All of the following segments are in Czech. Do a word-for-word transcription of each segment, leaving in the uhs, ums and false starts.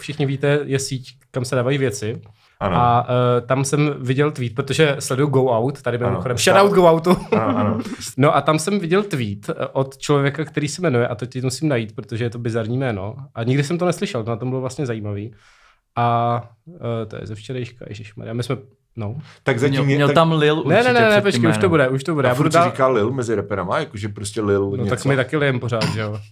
všichni víte, je síť, kam se dávají věci. Ano. A uh, tam jsem viděl tweet, protože sleduju Go Out, tady mimochodem, Ano. shoutout Go Outu. Ano, ano. No a tam jsem viděl tweet od člověka, který se jmenuje, a teď musím najít, protože je to bizarní jméno. A nikdy jsem to neslyšel, to na tom bylo vlastně zajímavý. A uh, to je ze včerejška, ježišmarja, my jsme, no. Tak zatím Měl, je, měl tak, tam Lil určitě Ne, ne, ne, ne, před tím počkej, už to jménem. bude, už to bude. a Já budu furt se dál... říká Lil mezi raperama, jakože prostě Lil No něco. tak mi taky lijem pořád, že jo.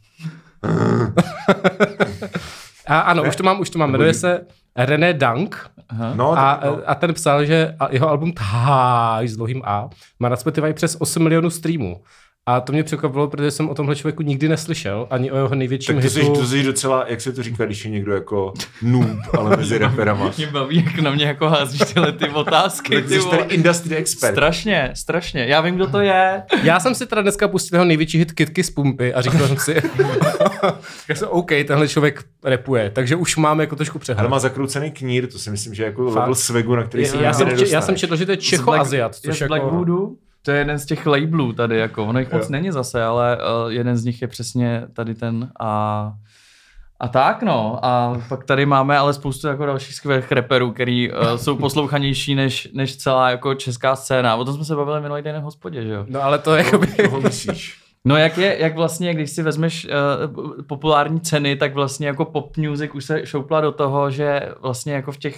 A ano, už to mám, už to mám, jmenuje se René Dank. Aha. No, A, tak, no. a ten psal, že jeho album Thá s dlouhým A má na Spotify přes osm milionů streamů. A to mě překvapilo, protože jsem o tomhle člověku nikdy neslyšel, ani o jeho největším Tak to jsi, hitu. to jsi docela, jak se to říká, když je někdo jako noob, ale mezi raperama. Mě baví, jak na mě jako házíš tyhle ty otázky. Tak Ty jsi vole. tady industry expert. Strašně, strašně. Já vím, kdo to je. Já jsem si teda dneska pustil jeho největší hit Kytky z pumpy a říkal jsem si, já jsem OK, tenhle člověk rapuje, takže už máme jako trošku přehled. Ale má zakroucený knír, to si myslím, že jako Fakt? level swagu, na který Já, se já, nikdy jsem, če- já nedostaneš. jsem četl, že to je Čecho-Aziat, je což z jako... Blackwoodu. To je jeden z těch labelů tady, jako, ono jich moc Jo. není zase, ale uh, jeden z nich je přesně tady ten a a tak no, a pak tady máme ale spoustu jako dalších skvělých rapperů, který uh, jsou poslouchanější než, než celá jako česká scéna. O tom jsme se bavili minulý den v hospodě, že jo? No ale to je jakoby... Toho myslíš? No jak je, jak vlastně, když si vezmeš uh, populární ceny, tak vlastně jako pop music už se šoupla do toho, že vlastně jako v těch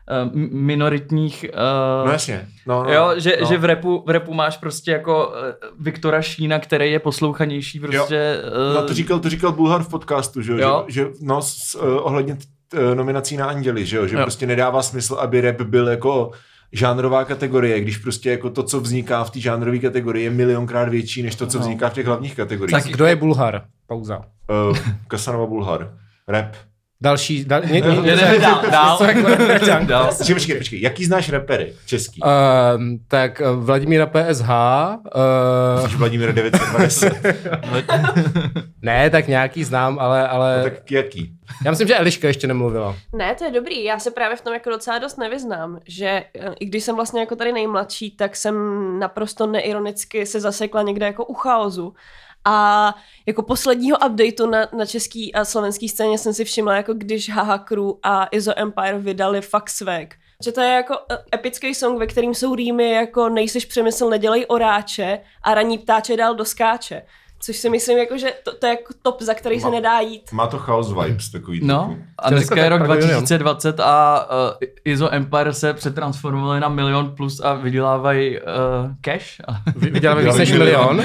uh, minoritních... Uh, No jasně. No, no, jo, že, no. že v rapu, v rapu máš prostě jako uh, Viktora Šína, který je poslouchanější prostě... Uh, No to říkal, to říkal Bulhar v podcastu, že, Jo. že, že no, s, uh, ohledně t, uh, nominací na Anděli, že, jo? Že Jo. prostě nedává smysl, aby rap byl jako žánrová kategorie, když prostě jako to, co vzniká v té žánrové kategorii, je milionkrát větší, než to, co No. vzniká v těch hlavních kategoriích. Tak kdo je Bulhar? Pauza. Uh, Kasanova Bulhar. Rap. Další, dal, ně, ně, Jedeme dál, dál. něco jako rapper junk. Dál. Počkej, počkej, počkej. Jaký znáš rapery český? Um, tak uh, Vladimíra P S H. Uh, Jsi Vladimír devět set dvacet. ne, tak nějaký znám, ale, ale No, tak jaký? já myslím, že Eliška ještě nemluvila. Ne, to je dobrý. Já se právě v tom jako docela dost nevyznám, že eh, i když jsem vlastně jako tady nejmladší, tak jsem naprosto neironicky se zasekla někde jako u chaosu. A jako posledního updateu na, na český a slovenský scéně jsem si všimla, jako když Haha Crew a Izo Empire vydali Fuck Swag. Že to je jako eh, epický song, ve kterým jsou rýmy jako nejseš přemysl, nedělej oráče a raní ptáče dál do skáče. Což si myslím, jako, že to, to je jako top, za který se Má- nedá jít. Má to chaos vibes takový. No, trochu. a To je dneska jako je rok tak dva Union. tisíce dvacet a uh, Izo Empire se přetransformovali na milion plus a vydělávají uh, cash. Vy- Vyděláme víc než milion.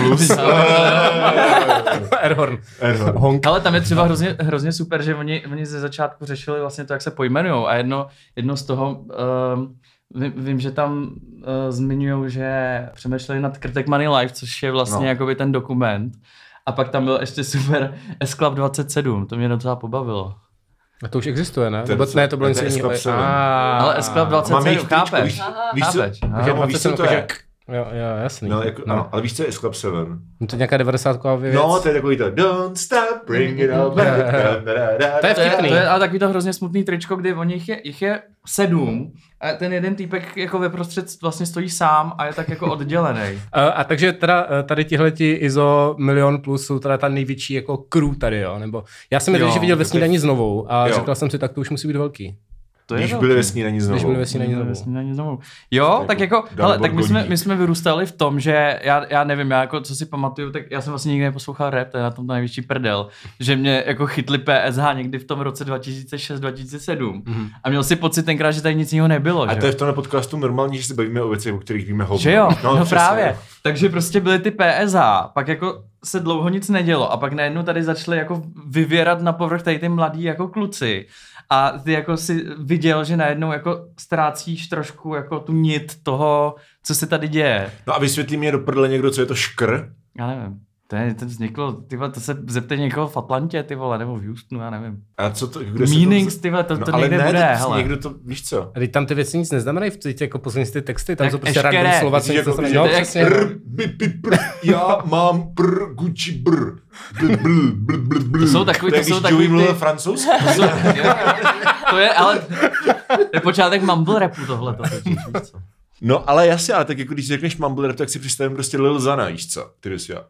Airhorn. Airhorn. Honk. Ale tam je třeba hrozně, hrozně super, že oni, oni ze začátku řešili vlastně to, jak se pojmenujou a jedno, jedno z toho, um, vím, vím, že tam uh, zmiňují, že přemýšleli nad Krtek Money Life, což je vlastně No. jakoby ten dokument. A pak tam byl ještě super S-Club dvacet sedm, to mě docela pobavilo. A to už existuje, ne? To je Nebo, docela- ne, to bylo to je něco jiného. S-Club sedm. Ah. Ale S-Club dvacet Máme jich sedm, v tričku, chápeš? víš, Aha. víš, co, Chápeš? Takže kámo, víš, co to jakože- je? Jo, jo, jasný. No, jako, ano, ale víš, co je S-Club sedm? No, to je nějaká devadesátková věc. No, to je takový to Don't stop, bring it all back. Da, da, da, da. To je To je, vtipný. to je ale takový to hrozně smutný tričko, kdy oni jich je, jich je sedm a ten jeden týpek jako ve prostřed vlastně stojí sám a je tak jako oddělený. Uh, a takže teda uh, tady tihleti Izo Milion Plus jsou teda ta největší jako crew tady, jo? Nebo já jsem je Jo, že viděl ve to je- snídani znovu a jo. říkal jsem si, tak to už musí být velký. To je Když velký. byli ve snídani znovu. Když byli ve snídani Ve znovu. snídani znovu. Jo, tak jako, Dalibor hele, tak my jsme, Godík. my jsme vyrůstali v tom, že já, já nevím, já jako, co si pamatuju, tak já jsem vlastně nikdy neposlouchal rap, to je na tom největší prdel, že mě jako chytli P S H někdy v tom roce dva tisíce šest dva tisíce sedm Mhm. a měl si pocit tenkrát, že tady nic jiného nebylo, A že? to je v tomhle podcastu normální, že se bavíme o věcech, o kterých víme hovno. Že jo, no, no přesně. právě. Takže prostě byly ty P S H, pak jako se dlouho nic nedělo a pak najednou tady začaly jako vyvěrat na povrch tady ty mladí jako kluci a ty jako si viděl, že najednou jako ztrácíš trošku jako tu nit toho, co se tady děje. No a vysvětlí mě do prdele někdo, co je to škr? Já nevím. To, je, to vzniklo, ty vole, to se zeptej někoho v Atlantě, ty vole, nebo v Houstonu, já nevím. A co to, kde se Meanings, to... ty vole, to, no, to ale někde ne, bude, to, hele. někdo to, víš co? A teď tam ty věci nic neznamenají, v těch jako poslední ty texty, tam Tak jsou prostě eškere. random slova, co Myslíš, nic jako, neznamenají. že No, to je přesně. Prr, bi, bi, prr, já mám prr, Gucci brr. Bl, bl, bl, bl, bl. To jsou takový- To je, to jsou když takový Joey mluvil ty- francouzsky. To, jsou, jo, to je, ale to je počátek mumble rapu tohle, to totiž, víš co? No ale jasně, ale tak jako když řekneš mumble rap, tak si představím prostě Lil Zana, víš co? Který si já...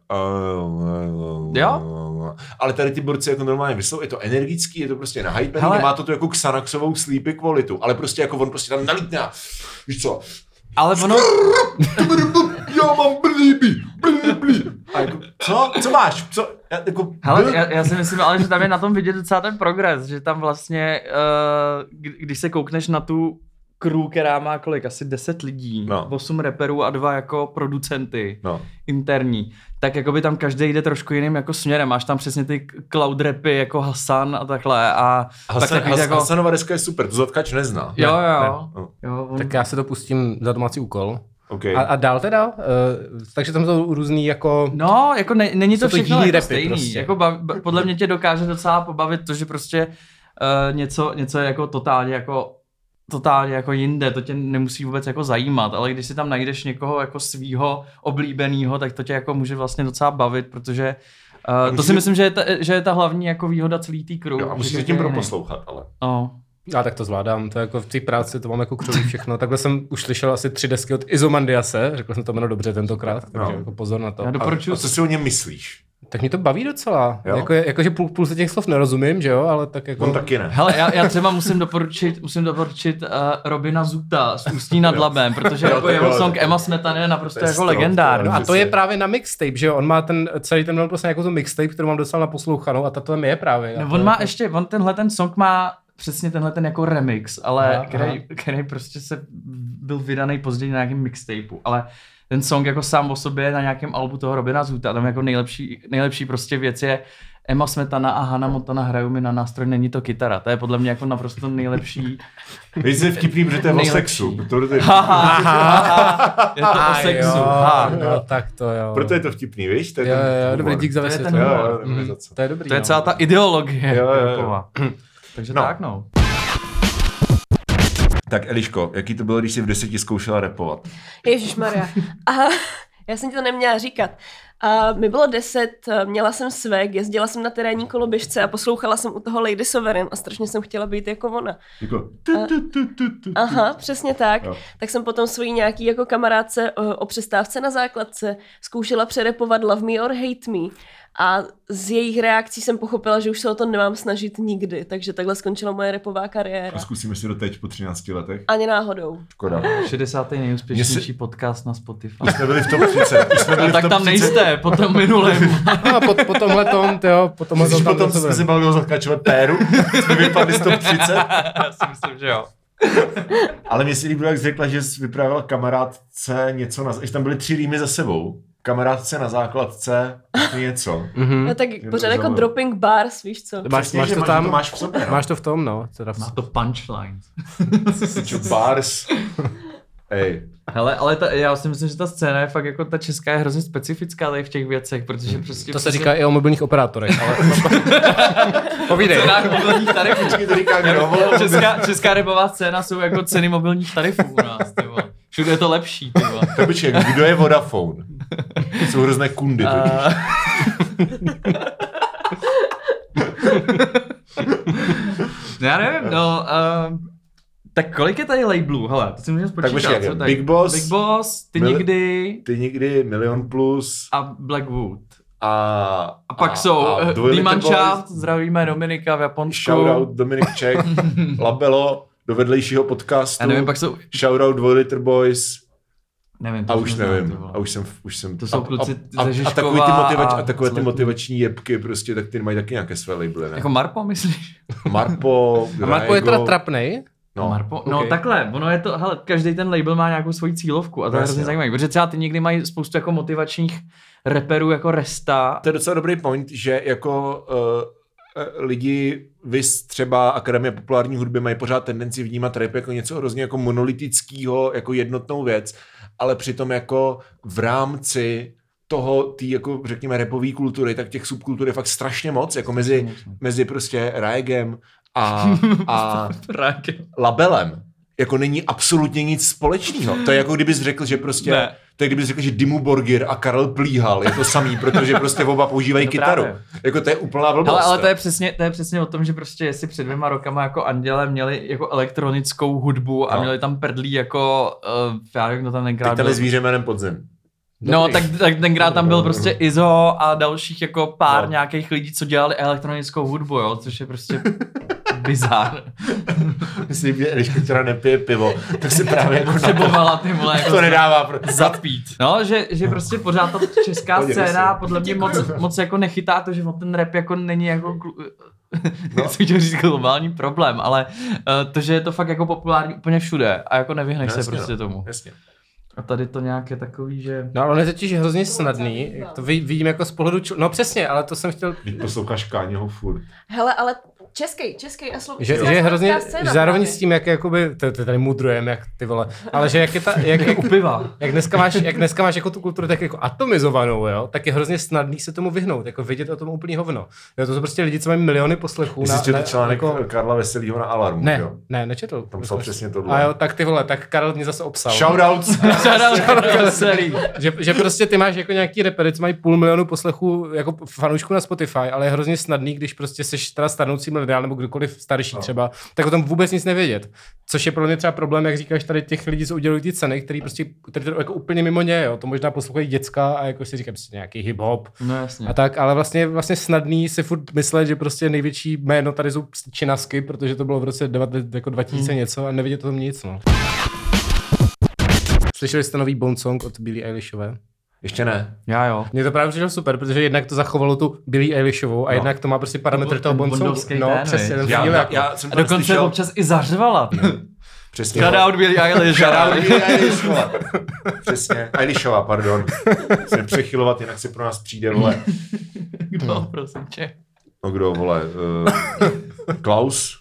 Jo? Ale tady ty borci jako normálně vyslou, je to energický, je to prostě nahypený, Hele. má to tu jako Xanaxovou sleepy kvalitu, ale prostě jako on prostě tam nalítne a víš co? Ale ono, Já mám blíby, blíby. A jako, co? Co máš? Co? Já, jako, hele, já, já si myslím, ale že tam je na tom vidět docela ten progres, že tam vlastně, uh, když se koukneš na tu crew, která má kolik, asi deset lidí, No. osm rapperů a dva jako producenty No. interní, tak jako by tam každý jde trošku jiným jako směrem. Máš tam přesně ty cloud rapy jako Hasan a takhle a Hasan, tak takový Has, jako... Hasanova deska je super, to Zatkač nezná. Jo, Ne, jo, ne. jo. On... Tak já se to pustím za domácí úkol. Okay. A, a dál teda? Uh, takže tam jsou různý jako... No, jako ne, není to Jsou to všechno jiný jako rapy stejný. prostě. Jako bav, ba, podle mě tě dokáže docela pobavit to, že prostě uh, něco, něco je jako totálně jako totálně jako jinde, to tě nemusí vůbec jako zajímat, ale když si tam najdeš někoho jako svýho oblíbenýho, tak to tě jako může vlastně docela bavit, protože uh, to musíš- si myslím, že je, ta, že je ta hlavní jako výhoda celý tý crew. Jo, a musíš že se tím každý je jiný. proposlouchat, ale. No. Já tak to zvládám, to je jako v té práci, to mám jako křoví všechno. Takhle jsem už slyšel asi tři desky od Izomandiase, řekl jsem to jméno dobře tentokrát, takže No. jako pozor na to. Já A, doporučuji. a co si o něm myslíš? Tak mě to baví docela. Jo? Jako, jakože půl, půl se těch slov nerozumím, že jo, ale tak jako... On taky ne. Hele, já, já třeba musím doporučit, musím doporučit uh, Robina Zuta z Ústí nad Labem, protože Jo, jako to jeho jo, song to- Emma Smetana je naprosto to je jako strop, legendární. No a to přesně. je právě na mixtape, že jo, on má ten celý ten byl prostě jako tu mixtape, kterou mám docela naposlouchanou a tato tam je právě. No, to on má jako... ještě, on tenhle ten song má přesně tenhle ten jako remix, ale Aha, který, aha. který prostě se byl vydaný později na nějakém mixtapeu, ale ten song jako sám o sobě na nějakém albu toho Robina Zuta, tam jako nejlepší, nejlepší prostě věc je Emma Smetana a Hannah Montana hrajou mi na nástroj, není to kytara. To je podle mě jako naprosto nejlepší. Víš, je vtipný, protože to je o Nejlepší. sexu. To je, Je to o sexu. Jo, Ha. no, tak to jo. proto je to vtipný, víš? To je Jo, ten jo, humor. dobrý, dík za To je ten vysvětlení. Jo, humor. jo, nemáš Mhm, za co. To je dobrý. To je no. celá ta ideologie. Jo, jo, jo. taková. Takže No. tak no. Tak Eliško, jaký to bylo, když jsi v deseti zkoušela rapovat? Ježišmarja. A já jsem ti to neměla říkat. A mi bylo deset, měla jsem svek, jezdila jsem na terénní koloběžce a poslouchala jsem u toho Lady Sovereign a strašně jsem chtěla být jako ona. Jako... Aha, přesně tak. Jo. Tak jsem potom svojí nějaký jako kamarádce o, o přestávce na základce zkoušela přerepovat Love Me or Hate Me a z jejich reakcí jsem pochopila, že už se o to nemám snažit nikdy, takže takhle skončila moje rapová kariéra. A zkusíme si to teď po třinácti letech. Ani náhodou. Škoda. šedesátý nejúspěšnější Mně se- podcast na Spotify. Už jsme byli v top třicet. Už jsme byli No, v tak top tam třicet. nejste, po tom minulém. A po, po tomhle tom, jo, po tomhle Myslíš tom potom, co jsme si bavili o Zatkačové péru? Jsme vypadli z top třicet. Já si myslím, že jo. Ale mě si líbilo, jak jsi řekla, že jsi vyprávěla kamarádce něco na... Ještě tam byly tři rýmy za sebou. Kamarádce na základce, něco. Mhm. No tak to pořád jako zaujalo. dropping bars, víš co? Máš, Přesně, máš že to máš- tam, to máš v sobě, no. máš to v tom, no. Teda v... Má to punchline. Čo, bars. Ej. Hele, ale ta, já si myslím, že ta scéna je fakt jako ta česká je hrozně specifická tady v těch věcech, protože prostě... To se říká i o mobilních operátorech, ale... Povídej. cenách mobilních tarifů. Počkej, to říká kdo, vole. Česká, česká repová scéna jsou jako ceny mobilních tarifů u nás, ty vole. Všude je to lepší, ty vole. Kabiček, kdo je Vodafone? Jsou hrozné kundy totiž. A- No, já nevím, no, uh, tak kolik je tady labelů? Hele, to si můžeme spočítat. počkej, jak je? co tady? Big Boss, Big Boss, ty Mil- někdy Ty někdy Milion Plus a Blackwood. a... A pak a, jsou a uh, Dvoj Little Dimanshaft, Boys, zdravíme Dominika v Japonsku. Shoutout Dominik Čech, Labelo do vedlejšího podcastu. Já nevím, pak jsou, Shoutout Dvoj Little Boys. nevím, to A už neznám, nevím, ty vole. a už jsem, už jsem... To jsou a, kluci a, ze a, a, Žižkova takový ty motivač, a a takové ty Zletní. motivační jebky prostě, tak ty mají taky nějaké své labely, ne? Jako Marpo, myslíš? Marpo, A Marko je Raigo, teda trapnej. No, Marpo? No okay. takhle, ono je to, hele, každý ten label má nějakou svoji cílovku a to je Jasně, hrozně no. zajímavé, protože třeba ty někdy mají spoustu jako motivačních reperů jako Resta. to je docela dobrý point, že jako uh, lidi, vys třeba Akademie populární hudby, mají pořád tendenci vnímat rap jako něco hrozně jako monolitického, jako jednotnou věc, ale přitom jako v rámci toho, tý jako řekněme rapové kultury, tak těch subkultur je fakt strašně moc, jako mezi, mezi prostě Raegem a, a Labelem. Jako není absolutně nic společného. To je jako kdybys řekl, že prostě, Ne. to je kdybys řekl, že Dimmu Borgir a Karel Plíhal je to samý, protože prostě oba používají No kytaru. právě. Jako to je úplná blbost. Ale, ale to je přesně, to je přesně o tom, že prostě jestli před dvěma rokama jako Anděle měli jako elektronickou hudbu a No. měli tam prdlí jako, uh, já nevím, kdo tam tenkrát Teď tady byl. zvíře jménem Podzim. No, tak, tak tenkrát tam byl Dobrý. prostě Izo a dalších jako pár No. nějakých lidí, co dělali elektronickou hudbu, jo, což je prostě bizár. Myslím, že když která nepije pivo, tak se právě jako Potřebovala ty vole jako to nedává. Pro... zapít. No, že, že prostě pořád ta česká Podělej scéna se. podle mě moc, moc jako nechytá to, že on ten rap jako není jako glu- No. no. chtěl říct globální problém, ale uh, to, že je to fakt jako populární úplně všude a jako nevyhneš Jasně, se prostě no. tomu. Jasně. A tady to nějak je takový, že... No ale on je totiž hrozně snadný, jak to vid- vidím jako z pohledu, čl- no přesně, ale to jsem chtěl, Teď posloucháš Káňeho furt. Hele, ale český, český a slovenský. že, že je hrozně, že zároveň s tím, jak je jakoby, to, to tady mudrujeme, jak ty vole, ale že jak je ta, jak, jak, U piva. jak dneska máš, jak dneska máš jako tu kulturu tak jako atomizovanou, jo, tak je hrozně snadný se tomu vyhnout, jako vědět o tom úplný hovno. Jo, to jsou prostě lidi, co mají miliony poslechů. Jsi četl článek jako, Karla Veselýho na Alarmu, ne, jo? ne, nečetl. Tam psal přesně tohle. A jo, tak ty vole, tak Karel mě zase obsal. Shoutouts! Veselý. Že, že prostě ty máš jako nějaký repery, co mají půl milionu poslechů jako fanoušků na Spotify, ale je hrozně snadný, když prostě seš teda starnoucí mileniál nebo kdokoliv starší No. třeba, tak o tom vůbec nic nevědět. Což je pro mě třeba problém, jak říkáš tady těch lidí, co udělují ty ceny, který prostě který to jako úplně mimo ně, jo. To možná poslouchají děcka a jako si říkají prostě nějaký hip-hop No jasně. a tak, ale vlastně vlastně snadný si furt myslet, že prostě největší jméno tady jsou činasky, protože to bylo v roce jako dva tisíce Hmm. něco a nevědět o tom nic, no. Slyšeli jste nový Bone Song od Billie Eilishové? Ještě ne. Já jo. Mně to právě přišlo super, protože jednak to zachovalo tu Billie Eilishovou a No. jednak to má prostě parametr To toho byl ten Bondsongu. bondovský No, ten, přesně, viď? ten Já, feel já, jako. já jsem A to dokonce slyšel. občas i zařvala. Přesně. Shout out Billie Eilish. Shout out Billie Eilish, vole. Přesně. Eilishová, pardon. Musím přechylovat, jinak si pro nás přijde, vole. Kdo, prosím tě. No kdo, vole? Uh, Klaus?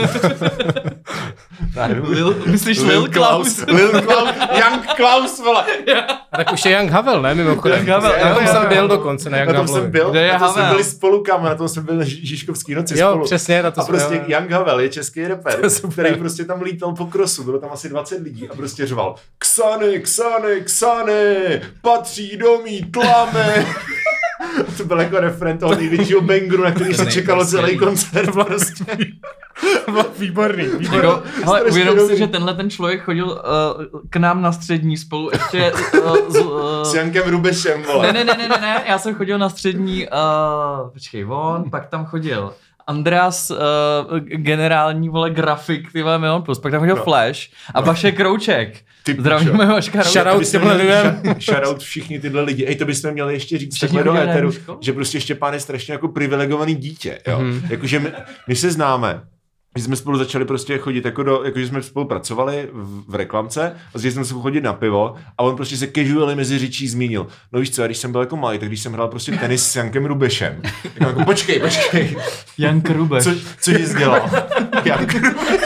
Já nevím. Lil, myslíš Lil Klaus? Lil Klaus. Young Klaus, vole. A tak už je Young Havel, ne, mimochodem. Young Havel, Na jo, tom jo, jsem jo. byl dokonce, na Young Na tom jsem Havelovi. byl, Kde je na tom jsme Havel? byli spolu, kam, na tom jsme byli na Ži- Žižkovský noci Jo, spolu. přesně, na to A jsme- prostě jo. Young Havel je český rapper, To je super. který prostě tam lítal po krosu, bylo tam asi dvacet lidí a prostě řval Ksany, Ksany, Ksany, patří do mý tlamy. A to byl jako refren toho největšího bangru, na který se To čekalo nejprve celý skvělý. koncert. Prostě. To bylo výborný, výborný. Jako, hele, Strašně uvědom dobrý. si, že tenhle ten člověk chodil uh, k nám na střední spolu ještě uh, z, uh, S Jankem Rubešem, vole. ne, ne, ne, ne, ne, já jsem chodil na střední, uh, počkej, on, pak tam chodil Andreas, uh, generální, vole, grafik, ty vole, Milion Plus, pak tam chodil No. Flash a Vašek Krouček. Ty pičo. Zdravíme Vaška Shout out Krouček. těmhle lidem. Shoutout všichni tyhle lidi. Ej, to bychom měli ještě říct Všichni takhle do chodili na éteru, jednu školu? že prostě Štěpán je strašně jako privilegovaný dítě, jo. Mhm. Jakože my, my se známe, my jsme spolu začali prostě chodit jako do, jakože jsme spolu pracovali v, v reklamce a začali jsme se chodit na pivo a on prostě se casually mezi řečí zmínil. No víš co, a když jsem byl jako malý, tak když jsem hrál prostě tenis s Jankem Rubešem, tak jako počkej, počkej, Jan Krubeš. co, co jsi dělal? Jank Rubeš.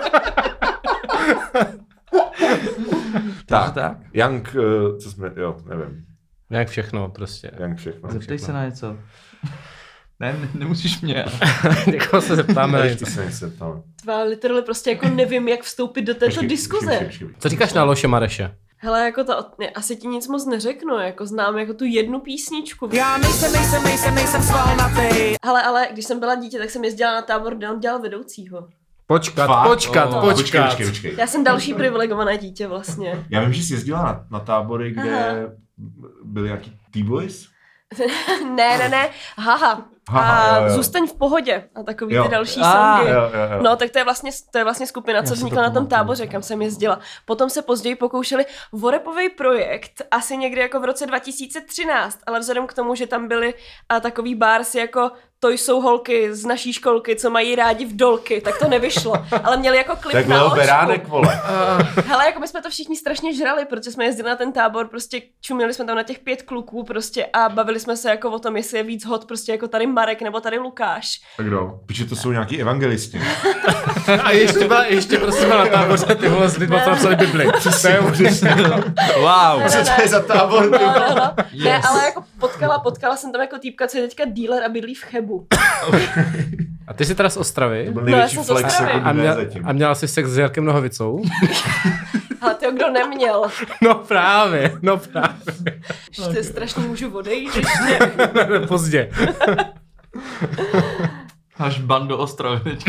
tak, tak? Jank, uh, co jsme, jo, nevím, Jak všechno prostě. Jank všechno. Zeptej všechno. se na něco. Ne, ne nemusíš mě. Někoho se zeptáme na Ještě něco. se něco ptal. Tvá literally prostě jako nevím, jak vstoupit do této Počkej, diskuze. počkej, počkej, počkej. Co říkáš na Loše Mareše? Hele, jako to, ne, asi ti nic moc neřeknu, jako znám jako tu jednu písničku. Já nejsem, nejsem, nejsem, nejsem svalnatej. Hele, ale když jsem byla dítě, tak jsem jezdila na tábor, kde on dělal vedoucího. Počkat, Fakt? počkat, Oh. počkat. Počkej, počkej, počkej. Já jsem další privilegované dítě vlastně. Já vím, že jsi jezdila na, na tábory, kde Aha. byli nějaký T-boys? ne, ne, ne, haha. Haha, A jo, jo. Zůstaň v pohodě a takový Jo. ty další Ah. songy. Jo, jo, jo. No, tak to je vlastně, to je vlastně skupina, co si to vznikla na tom pamatuju. táboře, kam jsem jezdila. Potom se později pokoušeli o rapový projekt, asi někdy jako v roce dva tisíce třináct, ale vzhledem k tomu, že tam byly a, takový bars jako to jsou holky z naší školky, co mají rádi v dolky, tak to nevyšlo. Ale měli jako klip Tak na Leo Očku. Beránek, vole. Hele, jako my jsme to všichni strašně žrali, protože jsme jezdili na ten tábor, prostě čumili jsme tam na těch pět kluků prostě a bavili jsme se jako o tom, jestli je víc hot prostě jako tady Marek nebo tady Lukáš. Tak kdo? Protože to jsou nějaký evangelisti. A ještě byla, ještě prostě byla na táboře ty vole s lidma, co napsali Bibli. To je úžasné. Wow. Co to je za tábor? ty No, vole? no, no. Yes. Ne, ale jako potkala, potkala jsem tam jako týpka, co je teďka dealer a bydlí v Chebu. A ty jsi teda z Ostravy? To byl No, já největší jsem z flex Ostravy. jako A, dne měl, zatím. a měla jsi sex s Jarkem Nohavicou? Ale ty kdo neměl? No právě, no právě. Že ty strašně můžu odejít ještě. Pozdě. Až bando Ostravy teďka.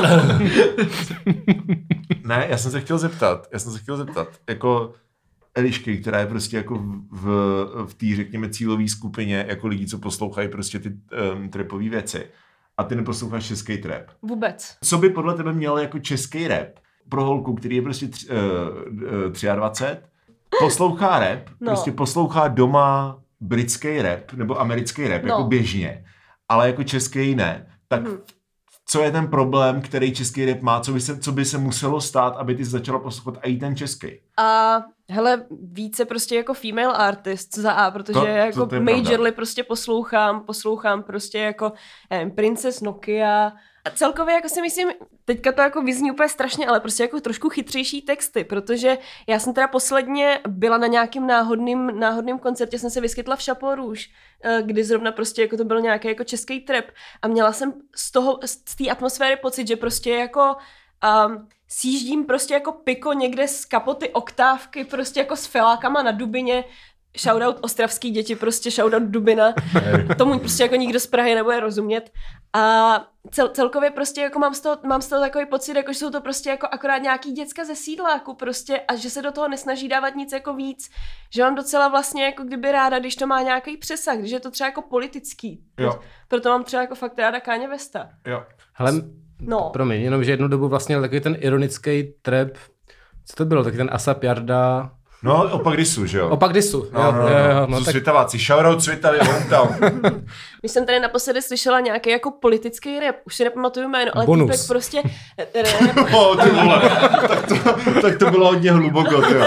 Ne, já jsem se chtěl zeptat, já jsem se chtěl zeptat, jako Elišky, která je prostě jako v, v té, řekněme, cílové skupině, jako lidí, co poslouchají prostě ty um, trapové věci. A ty neposloucháš český trap. Vůbec. Co by podle tebe měl jako český rap pro holku, který je prostě tři, uh, dvacet tři, poslouchá rap, No. prostě poslouchá doma britský rap nebo americký rap, No. jako běžně, ale jako český ne, tak Mhm. co je ten problém, který český rap má, co by se, co by se muselo stát, aby ty začala poslouchat i ten český? A hele, více prostě jako female artist za A, protože To- to- jako to je majorly pravda. prostě poslouchám, poslouchám prostě jako nevím, Princess Nokia. A celkově jako si myslím, teďka to jako vyzní úplně strašně, ale prostě jako trošku chytřejší texty, protože já jsem teda posledně byla na nějakým náhodným, náhodným koncertě, jsem se vyskytla v Chapeau Rouge, eh, kdy zrovna prostě jako to byl nějaký jako český trap a měla jsem z toho, z té atmosféry pocit, že prostě jako um, sjíždím prostě jako piko někde z kapoty oktávky, prostě jako s felákama na dubině, shoutout ostravský děti, prostě shoutout Dubina, tomu prostě jako nikdo z Prahy nebude rozumět. A cel, celkově prostě jako mám z toho, mám z toho takový pocit, jako že jsou to prostě jako akorát nějaký děcka ze sídláku prostě a že se do toho nesnaží dávat nic jako víc. Že mám docela vlastně jako kdyby ráda, když to má nějaký přesah, když je to třeba jako politický. Jo. Proto mám třeba jako fakt ráda Káně Westa. Jo. Hele, No. promiň, jenom že jednu dobu vlastně takový ten ironický trap, co to bylo, taky ten Asap Jarda, No, opak disu, že jo? Opak disu. No, jo, no, no, jo, jo, no, no, jsou tak světaváci. Shoutout Svitavě, hometown. Když jsem tady naposledy slyšela nějaký jako politický rap, už si nepamatuju jméno, ale Bonus. týpek prostě rap, No, ty vole, tak to, tak to bylo hodně hluboko, ty jo.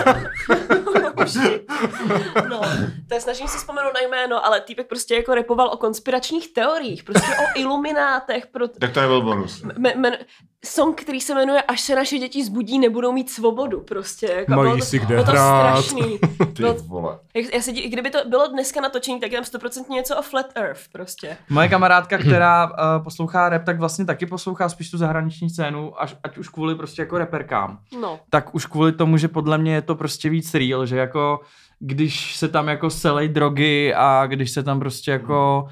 no, to je snažím si vzpomenout na jméno, ale týpek prostě jako rapoval o konspiračních teoriích, prostě o iluminátech, pro... Tak to nebyl bonus. Me, men, song, který se jmenuje Až se naše děti zbudí, nebudou mít svobodu, prostě. Jako, Mají bylo to, si kde bylo to hrát. strašný. Ty Bylo, vole. jak, já se, dí- kdyby to bylo dneska natočení, tak je tam stoprocentně něco o Flat Earth, prostě. Moje kamarádka, která uh, poslouchá rap, tak vlastně taky poslouchá spíš tu zahraniční scénu, až, ať už kvůli prostě jako reperkám. No. Tak už kvůli tomu, že podle mě je to prostě víc real, že jako když se tam jako selej drogy a když se tam prostě jako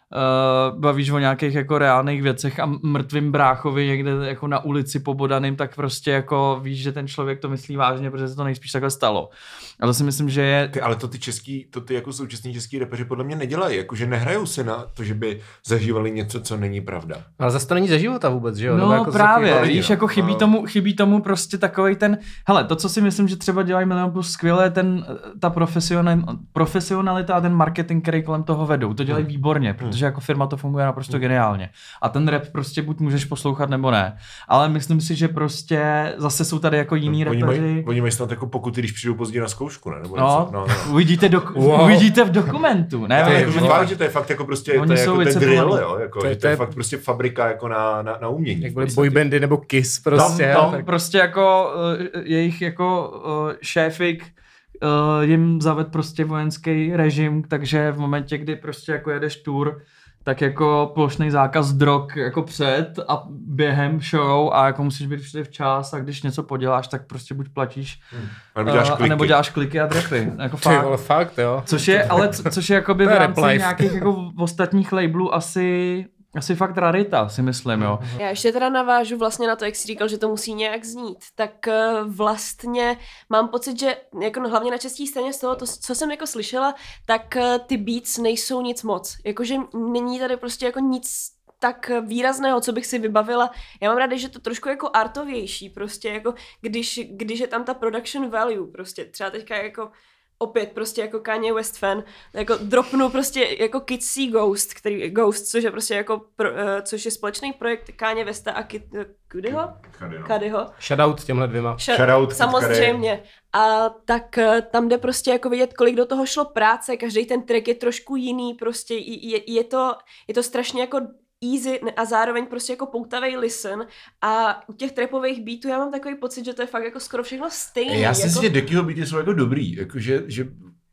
uh, bavíš o nějakých jako reálných věcech a mrtvým bráchovi někde jako na ulici pobodaným, tak prostě jako víš, že ten člověk to myslí vážně, protože se to nejspíš takhle stalo. A to si myslím, že je... Ty, ale to ty český, to ty jako současní český rapeři podle mě nedělají, jakože nehrajou se na to, že by zažívali něco, co není pravda. ale zase to není ze života vůbec, že jo? Nebo No jako právě, takový- víš, jako chybí No. tomu, chybí tomu prostě takovej ten, hele, to, co si myslím, že třeba dělají Milion Plus skvěle, ten, ta profesional, profesionalita a ten marketing, který kolem toho vedou, to dělají výborně, protože jako firma to funguje naprosto geniálně. A ten rap prostě buď můžeš poslouchat, nebo ne. Ale myslím si, že prostě zase jsou tady jako jiní Oni rapeři. mají, oni mají snad jako pokuty, když přijdou pozdě na zkoušku, ne? Nebo No, něco. no, no. Uvidíte, do, Wow. uvidíte v dokumentu, ne? Já, Ty jako, že vole. fakt, že to je fakt jako prostě, Oni to je jsou jako ten více drill, pomalý. jo, jako, To je- že to je to je- fakt prostě fabrika jako na, na, na umění. Jak v byly podstatě. boybandy nebo Kiss prostě. Tam, jo, tam tak- Prostě jako uh, jejich jako uh, šéfik uh, jim zaved prostě vojenský režim, takže v momentě, kdy prostě jako jedeš tour, tak jako plošný zákaz drog jako před a během show a jako musíš být všude včas a když něco poděláš, tak prostě buď platíš A nebo děláš uh, kliky. anebo děláš kliky a drepy. Jako Ty fakt. vole, fakt, jo. Což je, ale co, což je jakoby To v je rámci rap life. nějakých jako ostatních labelů asi, asi fakt rarita, si myslím, jo. Já ještě teda navážu vlastně na to, jak jsi říkal, že to musí nějak znít. Tak eh, vlastně mám pocit, že jako no, hlavně na české scéně z toho, to, co jsem jako slyšela, tak eh, ty beats nejsou nic moc. Jakože není tady prostě jako nic tak výrazného, co bych si vybavila. Já mám ráda, že to trošku jako artovější, prostě jako když, když je tam ta production value, prostě třeba teďka jako opět prostě jako Kanye West fan, jako dropnu prostě jako Kids See Ghost, který, Ghost, což je prostě jako, pro, uh, což je společný projekt Kanye Westa a Kid, uh, Kudyho? Kady, no. Kadyho. Shoutout těmhle dvěma. Ša- Shoutout Kid Samozřejmě. A tak uh, tam jde prostě jako vidět, kolik do toho šlo práce, každý ten track je trošku jiný, prostě je, je, to, je to strašně jako easy a zároveň prostě jako poutavej listen a u těch trapových beatů já mám takový pocit, že to je fakt jako skoro všechno stejné. Já si jako... myslím, že Deckyho beaty jsou jako dobrý, jakože, že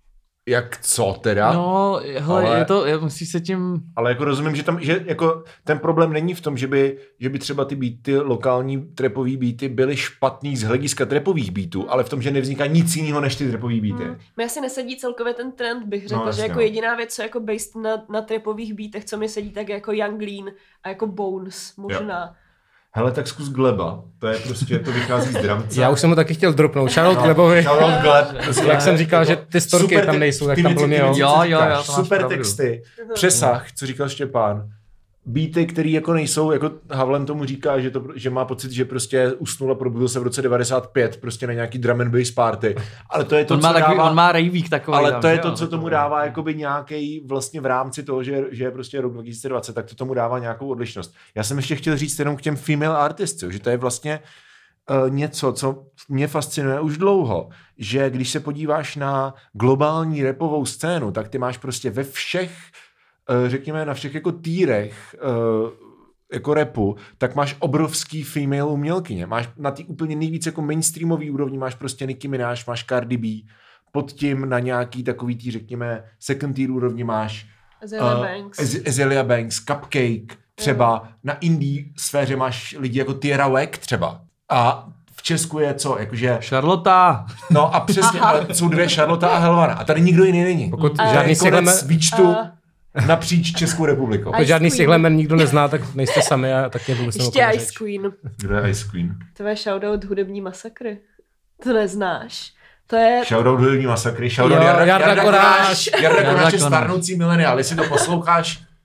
jak co teda? No, hele, Ale- je to, je, musíš se tím... Ale jako rozumím, že tam, že jako ten problém není v tom, že by, že by třeba ty beaty, lokální trapový beaty byly špatný z hlediska trapových beatů, ale v tom, že nevzniká nic jiného než ty trapový beaty. Hmm. Mě asi nesedí celkově ten trend, bych řekla, No, že jasně, jako no. jediná věc, co je jako based na, na trapových beatech, co mi sedí, tak je jako Young Lean a jako Bones, možná. Hele, tak zkus Gleba, to je prostě, to vychází z dramce. Já už jsem ho taky chtěl dropnout. Shoutout Glebovi. Shoutout Gleb. Jak jsem říkal, že ty storky Super tam te- nejsou, tak ty tam věci, bylo ty mě, jo. věci, Jo, co jo, říkáš, jo, to máš super pravdu. texty, přesah, co říkal Štěpán. Beaty, který jako nejsou, jako Havlen tomu říká, že, to, že má pocit, že prostě usnul a probudil se v roce devadesát pět prostě na nějaký drum and bass party. Ale to je to, On má, co takový, dává... on má rejvík takový. Ale tam, to je že to, jo, co tomu takový. dává jakoby nějaký vlastně v rámci toho, že, že je prostě rok dva tisíce dvacet, tak to tomu dává nějakou odlišnost. Já jsem ještě chtěl říct jenom k těm female artists, že to je vlastně uh, něco, co mě fascinuje už dlouho, že když se podíváš na globální rapovou scénu, tak ty máš prostě ve všech, uh, řekněme na všech jako týrech uh, jako rapu, tak máš obrovský female umělkyně. Máš na té úplně nejvíc jako mainstreamový úrovni, máš prostě Nicki Minaj, máš Cardi B, pod tím na nějaký takový tý, řekněme, second tier úrovni máš Azealia uh, Banks. Az- Azealia Banks, Cupcake, třeba na indie sféře máš lidi jako Tierra Whack třeba. A v Česku je co, jakože, Charlotta. no a přesně, ale jsou dvě Charlotte a Helvana a tady nikdo jiný není. Pokud A- žádný Konec sichlemen, výčtu A- napříč Českou republikou. A- pokud žádný Ice Queen. sichlemen nikdo nezná, tak nejste sami a tak mě vůbec Ještě nemohu Ice Queen. Kdo je Ice Queen? To je shoutout hudební masakry. To neznáš. To je... Shoutout hudební masakry, shoutout Jo, Jarda, Jarda Jarda Koráš. Koráš. Jarda Jarda Koráš je Koráš. stárnoucí mileniál, jestli to posloucháš,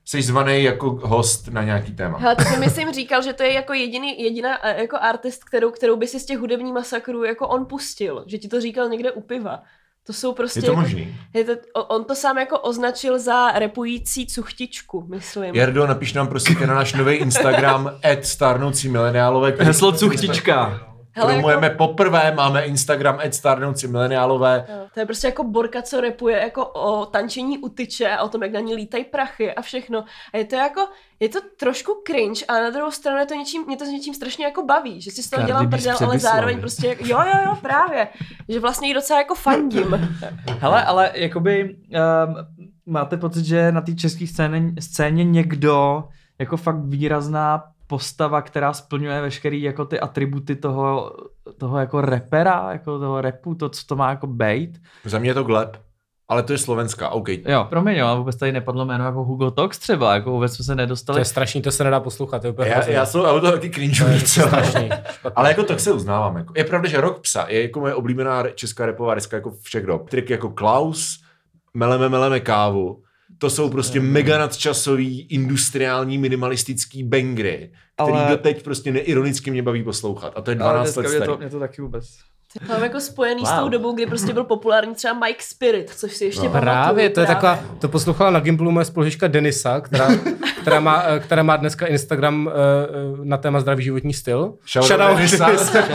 jsi zvaný jako host na nějaký téma. Hele, tak mi jim říkal, že to je jako jediný, jediná eh, jako artist, kterou, kterou by si z těch hudebních masakrů jako on pustil. Že ti to říkal někde u piva. To jsou prostě... Je to jako, možný? Je to, on to sám jako označil za repující cuchtičku, myslím. Jardo, napiš nám prosím na náš nový Instagram at starnoucí mileniálové. Heslo cuchtička. Promujeme jako... poprvé, máme Instagram at starnoucí mileniálové. No, to je prostě jako Borka, co rapuje jako o tančení u tyče a o tom, jak na ní lítají prachy a všechno. A je to jako, je to trošku cringe a na druhou stranu je to něčím, mě to s něčím strašně jako baví, že si z toho dělám prdel, ale zároveň prostě, jako, jo, jo, jo, právě, že vlastně jí docela jako fandím. Hele, ale jakoby um, máte pocit, že na té české scéně, scéně někdo jako fakt výrazná postava, která splňuje veškerý jako ty atributy toho, toho jako rapera, jako toho rapu, to, co to má jako bejt. Za mě je to Gleb, ale to je slovenská, OK. Jo, promiň, ale vůbec tady nepadlo jméno jako Hugo Tox třeba, jako vůbec jsme se nedostali. To je strašný, to se nedá poslouchat. To je úplně já, já jsem auto taky cringe strašný. Ale jako tak se uznávám. Jako. Je pravda, že Rok psa je jako moje oblíbená česká rapová deska jako všech dob. Triky jako Klaus, Meleme, meleme kávu. To jsou prostě mega nadčasový, industriální, minimalistický bangry, který ale... doteď prostě neironicky mě baví poslouchat. A to je dvanáct let starý. Mě to taky vůbec. Mám jako spojený wow. s tou dobou, kdy prostě byl populární třeba Mike Spirit, což si ještě no. pamatuju. Právě, to je taková, to poslouchala na Gimplu moje spolužička Denisa, která, která, má, která má dneska Instagram uh, na téma zdravý životní styl. Shoutout Denisa.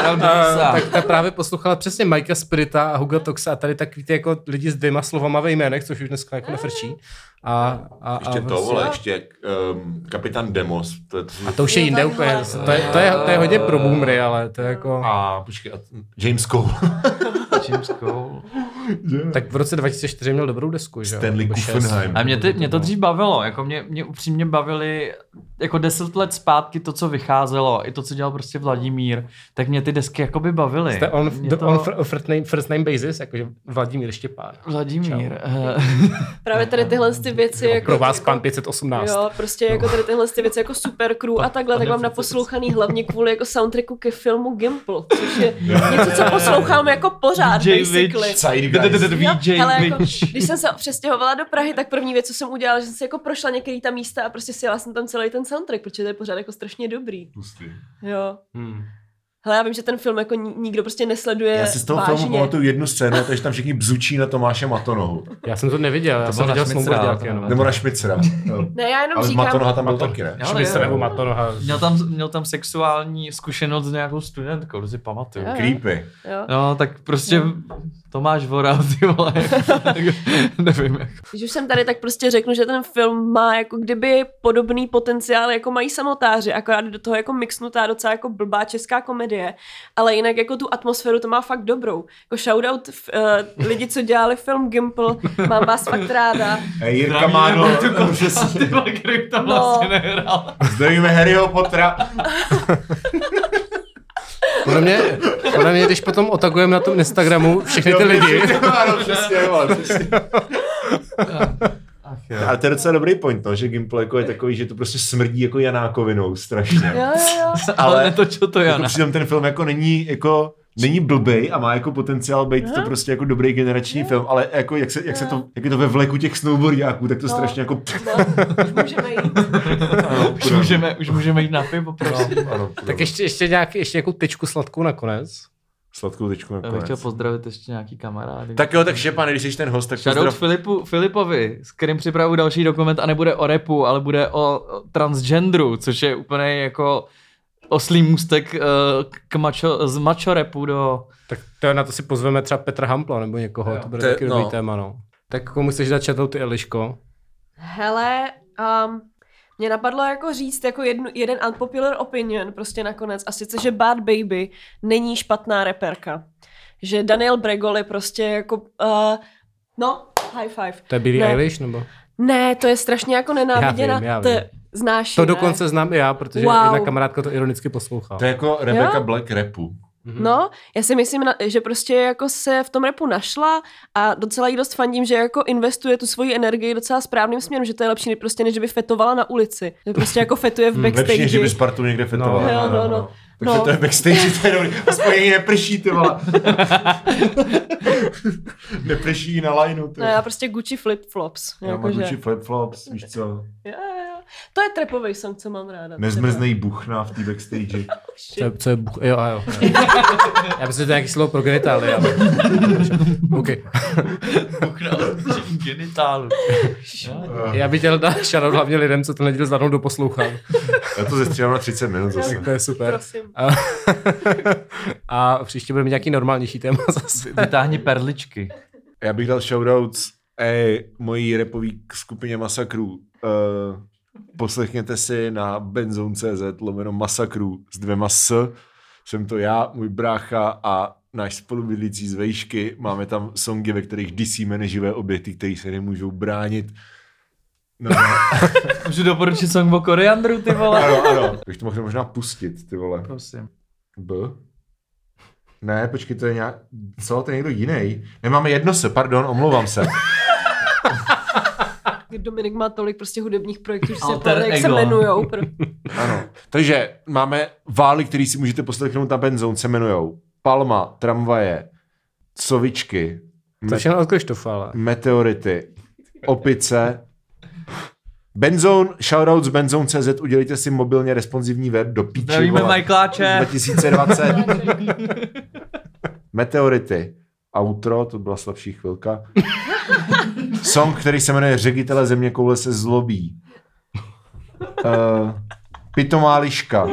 Tak ta právě poslouchala přesně Mikea Spirita a Hugo Toxa a tady tak víte jako lidi s dvěma slovama ve jménech, což už dneska jako nefrčí. A, a, ještě a to, prostě, vole, ještě um, kapitán Demos. To je, to a to už je jinde úplně, to je, to, je, to je hodně pro boomery, ale to je jako... A počkej, a James Cole. James Cole. Tak v roce dva tisíce čtyři měl dobrou desku, že jo? Stanley Kuffenheim. A mě, ty, mě to dřív bavilo, jako mě, mě upřímně bavili, jako deset let zpátky to, co vycházelo, i to, co dělal prostě Vladimír, tak mě ty desky jakoby bavily. Jste on, to... on first, name, first name basis, jakože Vladimír Štěpán. Vladimír. Právě tady tyhle ty věci jako... Pro vás jako, pan pět set osmnáct. Jo, prostě jako tady tyhle ty věci jako Super Crew a takhle, tak mám naposlouchaný hlavně kvůli jako soundtracku ke filmu Gimple, což je něco, co poslouchám jako pořád, basically. Hele, jako, když jsem se přestěhovala do Prahy, tak první věc, co jsem udělala, že jsem si jako prošla některý ta místa a prostě si jela jsem tam celý ten soundtrack, protože to je pořád jako strašně dobrý. Pustý. Jo. Hmm. Hele, já vím, že ten film jako nikdo prostě nesleduje. Já si z toho vážně. filmu pamatuju jednu scénu, takže tam všichni bzučí na Tomáše Matonohu. Já jsem to neviděl, já to jsem viděl snowboardiák jenom. Nebo na Šmicera. Ne, já jenom ale říkám... Matonoha tam byl Maton... taky, ne? Šmicer nebo Matonoha. Měl tam, měl tam sexuální zkušenost s nějakou studentkou, to si pamatuju. Jo. Creepy. Jo. No, tak prostě no. Tomáš Voral, ty vole, nevím jak. Když už jsem tady, tak prostě řeknu, že ten film má jako kdyby podobný potenciál, jako mají samotáři, akorát do toho jako mixnutá docela jako blbá česká komedie, ale jinak jako tu atmosféru to má fakt dobrou. Jako shoutout uh, lidi, co dělali film Gimple, mám vás fakt ráda. Hej, Jirka Máno, že si ty vole, který tam No. vlastně nehrál. zdravíme Harryho Pottera. Podle mě, podle mě, když potom otagujeme na tom Instagramu všechny ty lidi. Ano, přesně, jo, přesně. Ale to je docela dobrý point, no, že Gimple jako je takový, že to prostě smrdí jako Janákovinou strašně. Jo, jo, jo. Ale netočil to Jana. Jako přitom ten film jako není jako není blbej a má jako potenciál být Aha. to prostě jako dobrý generační Jo. film, ale jako jak se, jak se to, jak je to ve vleku těch snowboardiáků, tak to No. strašně jako... No, už můžeme jít. Ano, Už můžeme, už můžeme jít na pivo, prosím. ano, ano, Tak ještě, ještě nějaký, ještě nějakou tečku sladkou nakonec. Sladkou tečku Já bych nakonec. chtěl pozdravit ještě nějaký kamarády. Tak jo, tak Štěpán, když jsi ten host, tak Shoutout pozdrav. Filipu, Filipovi, s kterým připravuju další dokument a nebude o rapu, ale bude o, o transgenderu, což je úplně jako oslý můstek uh, k macho, z macho rapu do... Tak to na to si pozveme třeba Petra Hampla nebo někoho, Jo. to bude To je- taky dobrý no. téma, no. Tak komu chceš dát chatou ty, Eliško? Hele, um, mě napadlo jako říct jako jednu, jeden unpopular opinion prostě nakonec a sice, že Bad Baby není špatná reperka. Že Daniel Bregol je prostě jako, uh, no, high five. To je Billie Ne. Eilish, nebo? Ne, to je strašně jako nenáviděna. Já vím, já to vím. je, znáš To ji, dokonce ne? znám i já, protože Wow. jedna kamarádka to ironicky poslouchá. To je jako Rebecca Jo? Black rapu. No, já si myslím, na- že prostě jako se v tom rapu našla a docela jí dost fandím, že jako investuje tu svoji energii docela správným směrem, že to je lepší prostě, než by fetovala na ulici. Že prostě jako fetuje v backstage. Lepší, než že by Spartu někde fetovala. No, no, no. Takže No. to je backstage, to je dobrý. Aspoň jí neprší, ty vole. Neprší na lineu, ty. No, já prostě Gucci flip-flops. Já mám Gucci flip-flops, víš co. Jo, jo. To je trapový song, co mám ráda. Nezmrznej buchna v té backstage. Co je, co je buch... Jo, a jo. Já myslím, že to je nějaký slovo pro genitály, ale... OK. Genitálu. Já bych chtěl dát shoutout hlavně lidem, co to neděl zvládnou doposlouchat. Já to zestříhám na třicet minut zase. Tak to je super. Prosím. A, a příště budeme mít nějaký normálnější téma zase. Vytáhni perličky. Já bych dal shoutouts ej, mojí repový skupině Masakru. Uh, poslechněte si na benzone tečka cz lomeno Masakru s dvěma s. Jsem to já, můj brácha a náš spolubydlící z Vejšky. Máme tam songy, ve kterých disíme neživé objekty, které se nemůžou bránit. No, no. Můžu doporučit song o koriandru, ty vole? Ano, ano. Bych to mohl možná pustit, ty vole. Prosím. B? Ne, počkej, to je nějak... Co? To je někdo jiný. Nemáme jedno se, pardon, omlouvám se. Dominik má tolik prostě hudebních projektů, že si Alter jak se ego. jmenujou. Ano. Takže máme vály, který si můžete poslechnout na Benzone, se jmenujou Palma, tramvaje, Covičky, To je všechno od Krištofa, ale... Meteority, Opice. Benzone, shoutouts Benzone tečka cz, udělejte si mobilně responsivní web do píči. Zdravíme vole. Michaeláče. dva tisíce dvacet. Meteority. Outro, to byla slabší chvilka. Song, který se jmenuje Ředitele země koule se zlobí. Uh, Pitomá liška.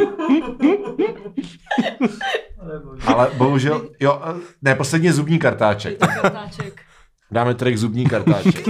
Ale bohužel, jo, ne, posledně zubní kartáček. Kartáček. Dáme track zubní kartáček.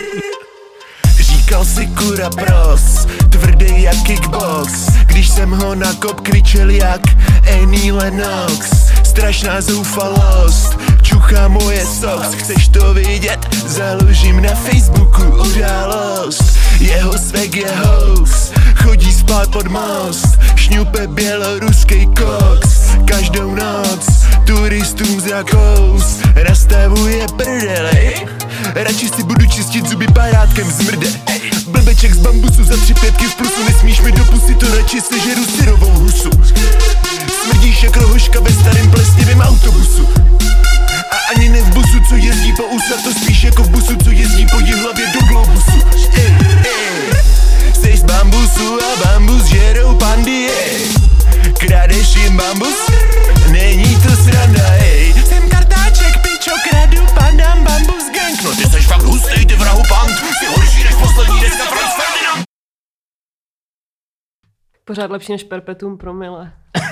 Říkal si kura pros, tvrdý jak kickbox. Když jsem ho nakop, kričel jak Annie Lennox. Strašná zoufalost, čuchá moje socks. Chceš to vidět? Založím na Facebooku událost. Jeho svek je hoax, chodí spát pod most. Šňupe běloruský koks. Každou noc turistům z Rakous nastavuje prdeli. Radši si budu čistit zuby parátkem zmrde. Blbeček z bambusu za tři pětky v plusu. Nesmíš mi do pusy, to radši sežeru syrovou husu. Smrdíš jak rohoška ve starém plesnivém autobusu. A ani ne v busu, co jezdí po úsa. To spíš jako v busu, co jezdí po Jihlavě do Globusu. Ej, ej. Seš z bambusu a bambus žerou pandy, ej. Kradeš jim bambus? Není to sranda, ej. Jsem kartáček, pičo, kradu, pandám bambus gang. No ty seš fakt hustej, ty vrahu pant. Ty horší než poslední deska Franz Ferdinand. Pořád lepší než Perpetuum promile.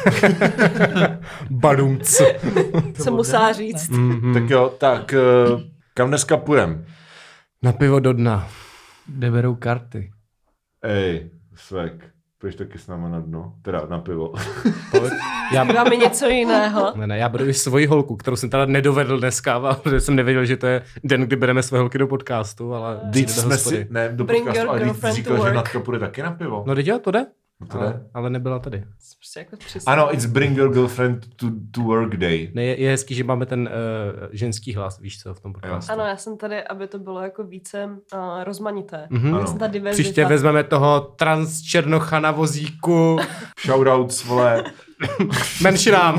Badumc. Co musá říct. Mm-hmm. Tak jo, tak uh, kam dneska půjdem? Na pivo do dna. Kde berou karty? Ej, svek, půjdeš taky s náma na dno? Teda na pivo. Já, Dáme něco jiného. ne, ne, já budu i svoji holku, kterou jsem teda nedovedl dneska, protože jsem nevěděl, že to je den, kdy bereme své holky do podcastu, ale Teď přijde do jsme hospody. si, ne, do Bring podcastu, your ale teď girlfriend říkal, to že work. Natka půjde taky na pivo. No teď jo, to jde. No to ale, jde. ale nebyla tady. Prostě jako přesně. Ano, it's bring your girlfriend to, to work day. Ne, je, je hezký, že máme ten uh, ženský hlas, víš co, v tom podcastu. Ano, já jsem tady, aby to bylo jako více uh, rozmanité. Mhm. Já jsem ta diverzita. Příště vezmeme toho trans černocha na vozíku. Shoutouts, vole. Menšinám.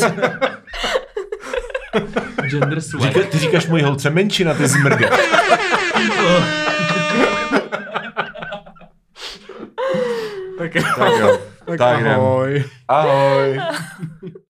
Gender swag. Říka, ty říkáš mojí holce menšina, ty zmrde. tak, Tak jo. tak Tak jdem. ahoj. Ahoj.